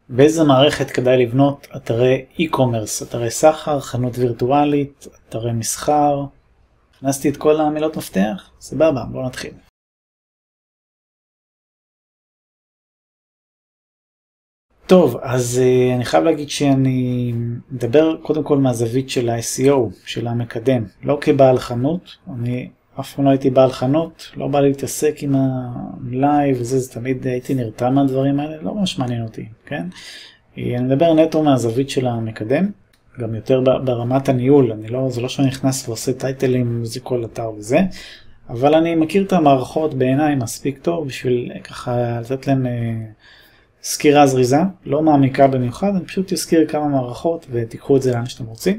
באיזה מערכת כדאי לבנות אתרי e-commerce, אתרי סחר, חנות וירטואלית, אתרי מסחר? הכנסתי את כל המילות מפתח? סבבה, בואו נתחיל. טוב, אז אני חייב להגיד שאני מדבר קודם כל מהזווית של ה-SEO, של המקדם. לא כבעל חנות, אני אף פעם לא הייתי בעל חנות, לא בא לי להתעסק עם הלייב וזה, זה תמיד הייתי נרתע מהדברים האלה, לא ממש מעניין אותי, כן? אני מדבר נטו מהזווית של המקדם, גם יותר ברמת הניהול, זה לא שאני נכנס ועושה טייטלים זה כל אתר וזה, אבל אני מכיר את המערכות בעיניי מספיק טוב בשביל ככה לתת להם סקירה זריזה, לא מעמיקה במיוחד, אני פשוט אזכיר כמה מערכות ותיקחו את זה לאן שאתם רוצים.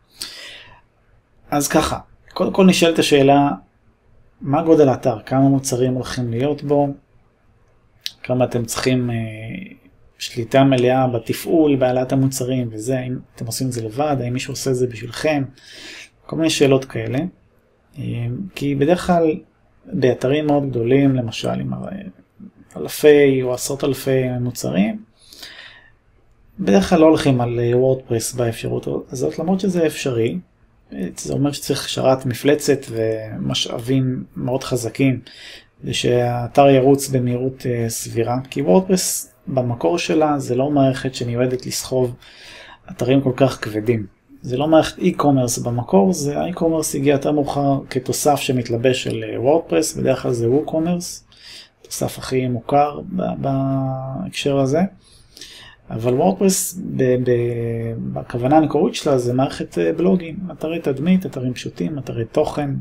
אז ככה, קודם כל נשאלת השאלה, מה גודל האתר? כמה מוצרים הולכים להיות בו? כמה אתם צריכים שליטה מלאה בתפעול, בעלת המוצרים וזה, האם אתם עושים את זה לבד, האם מישהו עושה את זה בשבילכם? כל מיני שאלות כאלה. כי בדרך כלל באתרים מאוד גדולים, למשל עם אלפי או עשרות אלפי מוצרים, בדרך כלל לא הולכים על וורדפרס באפשרות הזאת, למרות שזה אפשרי. זה אומר שצריך שרת מפלצת ומשאבים מאוד חזקים, כדי שהאתר ירוץ במהירות סבירה, כי וורדפרס במקור שלה זה לא מערכת שמיועדת לסחוב אתרים כל כך כבדים. זה לא מערכת e-commerce במקור, זה e-commerce הגיע יותר מאוחר כתוסף שמתלבש של וורדפרס, בדרך כלל זה WooCommerce, תוסף הכי מוכר בהקשר הזה. אבל וורדפרס בכוונה המקורית שלה זה מערכת בלוגים, אתרי תדמית, אתרים פשוטים, אתרי תוכן.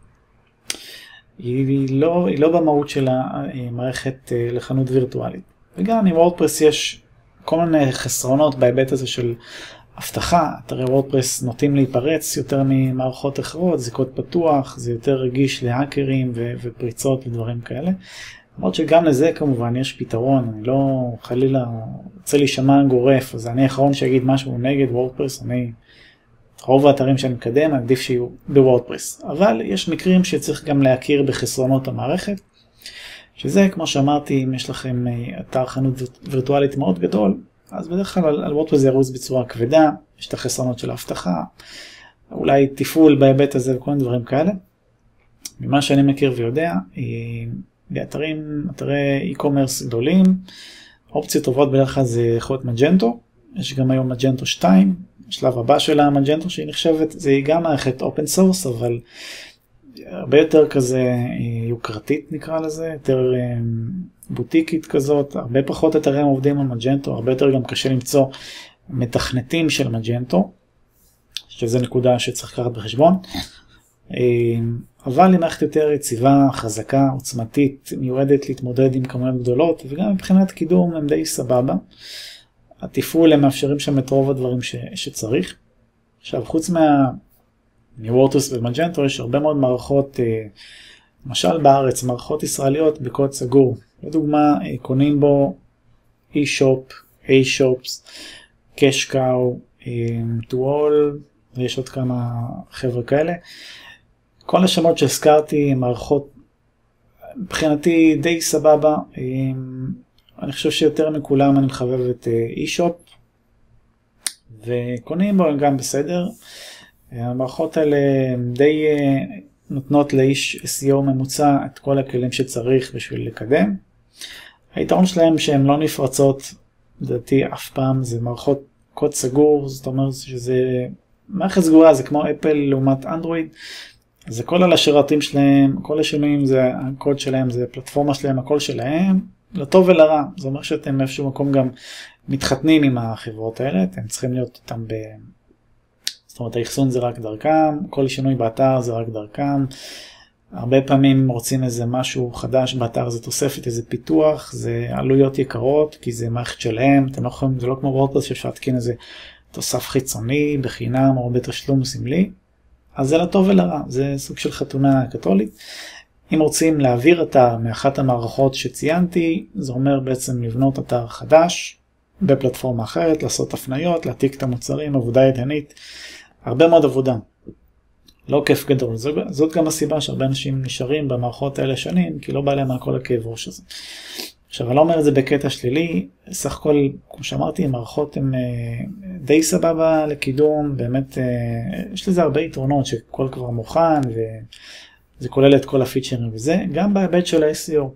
היא לא במהות של המערכת לחנות וירטואלית. וגם עם וורדפרס יש כל מיני חסרונות בהיבט הזה של הבטחה. אתרי וורדפרס נוטים להיפרץ יותר ממערכות אחרות, זה קוד פתוח, זה יותר רגיש להאקרים ופריצות ודברים כאלה. למרות שגם לזה כמובן יש פתרון, אני לא חלילה רוצה להישמע גורף, אז אני האחרון שיגיד משהו נגד וורדפרס, רוב האתרים שאני מקדם, עדיף שיהיו בוורדפרס. אבל יש מקרים שצריך גם להכיר בחסרונות המערכת, שזה כמו שאמרתי, אם יש לכם אתר חנות וירטואלית מאוד גדול, אז בדרך כלל על וורדפרס זה ירוץ בצורה כבדה, יש את החסרונות של ההבטחה, אולי תפעול בהיבט הזה וכל מיני דברים כאלה. ממה שאני מכיר ויודע, באתרי e-commerce גדולים, אופציות טובות בדרך כלל זה יכול להיות מג'נטו, יש גם היום מג'נטו 2, השלב הבא של המג'נטו שהיא נחשבת, זה גם מערכת אופן סורס, אבל הרבה יותר כזה יוקרתית נקרא לזה, יותר בוטיקית כזאת, הרבה פחות אתרים עובדים על מג'נטו, הרבה יותר גם קשה למצוא מתכנתים של מג'נטו, שזה נקודה שצריך לקחת בחשבון. אבל היא מערכת יותר יציבה, חזקה, עוצמתית, מיועדת להתמודד עם כמויות גדולות, וגם מבחינת קידום הם די סבבה. התפעול הם מאפשרים שם את רוב הדברים שצריך. עכשיו, חוץ מוורדפרס ומג'נטו, יש הרבה מאוד מערכות, למשל בארץ, מערכות ישראליות בקוד סגור. לדוגמה, קונים בו e-shop, a-shops, cash cow, to all, ויש עוד כמה חבר'ה כאלה. כל השמות שהזכרתי הם מערכות מבחינתי די סבבה, אני חושב שיותר מכולם אני מחבב את e-shop, וקונים בו גם בסדר. המערכות האלה די נותנות לאיש SEO ממוצע את כל הכלים שצריך בשביל לקדם. היתרון שלהם שהן לא נפרצות, לדעתי אף פעם, זה מערכות קוד סגור, זאת אומרת שזה מערכת סגורה, זה כמו אפל לעומת אנדרואיד, זה כל על השרתים שלהם, כל השינויים זה הקוד שלהם, זה הפלטפורמה שלהם, הכל שלהם, לטוב ולרע. זה אומר שאתם באיזשהו מקום גם מתחתנים עם החברות האלה, אתם צריכים להיות איתם זאת אומרת, האחסון זה רק דרכם, כל שינוי באתר זה רק דרכם. הרבה פעמים רוצים איזה משהו חדש באתר, זה תוספת, איזה פיתוח, זה עלויות יקרות, כי זה מערכת שלהם, אתם לא יכולים, זה לא כמו וורדפרס שאפשר להתקין איזה תוסף חיצוני, בחינם או בתשלום סמלי. אז זה לטוב ולרע, זה סוג של חתונה קתולית. אם רוצים להעביר אתר מאחת המערכות שציינתי, זה אומר בעצם לבנות אתר חדש בפלטפורמה אחרת, לעשות הפניות, להעתיק את המוצרים, עבודה ידנית, הרבה מאוד עבודה. לא כיף גדול. זאת גם הסיבה שהרבה אנשים נשארים במערכות האלה שנים, כי לא בא להם על כל הכאב ראש הזה. עכשיו, אני לא אומר את זה בקטע שלילי, סך הכל, כמו שאמרתי, המערכות הן די סבבה לקידום, באמת, יש לזה הרבה יתרונות שכל כבר מוכן, וזה כולל את כל הפיצ'רים וזה, גם בהיבט של ה-SEO.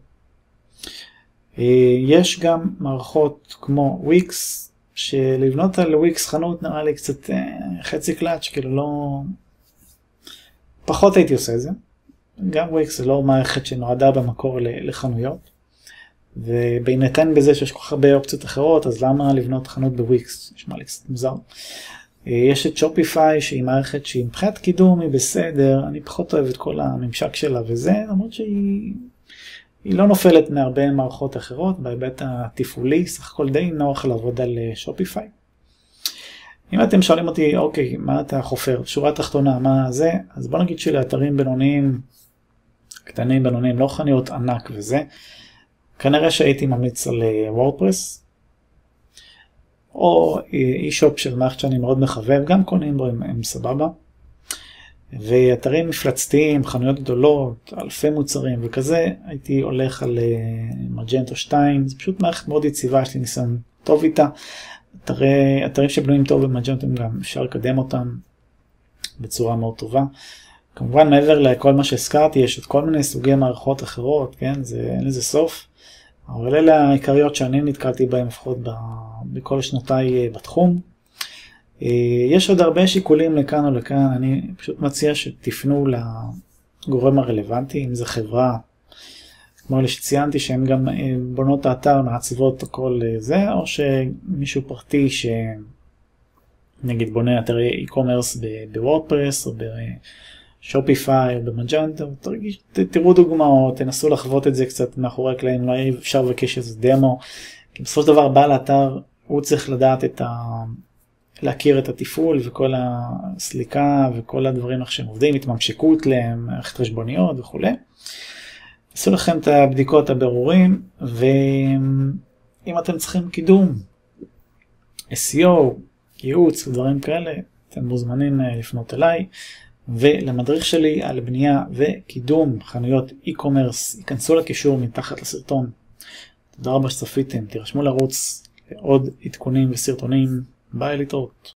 יש גם מערכות כמו וויקס, שלבנות על וויקס חנות נראה לי קצת חצי קלאץ', כאילו לא... פחות הייתי עושה את זה. גם וויקס זה לא מערכת שנועדה במקור לחנויות. ובהינתן בזה שיש כל כך הרבה אופציות אחרות, אז למה לבנות חנות בוויקס? נשמע לי קצת מוזר. יש את שופיפיי, שהיא מערכת שהיא מבחינת קידום, היא בסדר, אני פחות אוהב את כל הממשק שלה וזה, למרות שהיא לא נופלת מהרבה מערכות אחרות, בהיבט התפעולי, סך הכל די נוח לעבוד על שופיפיי. אם אתם שואלים אותי, אוקיי, מה אתה חופר? שורה תחתונה, מה זה? אז בוא נגיד שלאתרים בינוניים, קטנים בינוניים, לא חנויות ענק וזה, כנראה שהייתי ממליץ על וורדפרס, או אי-שופ של מערכת שאני מאוד מחבב, גם קונים בו הם סבבה. ואתרים מפלצתיים, חנויות גדולות, אלפי מוצרים וכזה, הייתי הולך על מג'נטו 2, זה פשוט מערכת מאוד יציבה, יש לי ניסיון טוב איתה. אתרים שבנויים טוב במג'נטו גם אפשר לקדם אותם בצורה מאוד טובה. כמובן מעבר לכל מה שהזכרתי, יש את כל מיני סוגי מערכות אחרות, כן? אין לזה סוף. אבל אלה העיקריות שאני נתקלתי בהן לפחות בכל שנותיי בתחום. יש עוד הרבה שיקולים לכאן או לכאן, אני פשוט מציע שתפנו לגורם הרלוונטי, אם זה חברה, כמו אלה שציינתי שהם גם בונות האתר, מעצבות הכל זה, או שמישהו פרטי שנגיד בונה אתרי e-commerce בוורדפרס או בשופיפיי או במג'נטו, תראו דוגמאות, תנסו לחוות את זה קצת מאחורי הקלעים, לא אפשר לבקש איזה דמו, כי בסופו של דבר בעל האתר הוא צריך לדעת להכיר את התפעול וכל הסליקה וכל הדברים איך שהם עובדים, התממשקות להם, מערכת חשבוניות וכו'. עשו לכם את הבדיקות הבירורים, ואם אתם צריכים קידום, SEO, ייעוץ ודברים כאלה, אתם מוזמנים לפנות אליי, ולמדריך שלי על בנייה וקידום חנויות e-commerce, ייכנסו לקישור מתחת לסרטון. תודה רבה שצפיתם, תירשמו לערוץ לעוד עדכונים וסרטונים, ביי להתראות.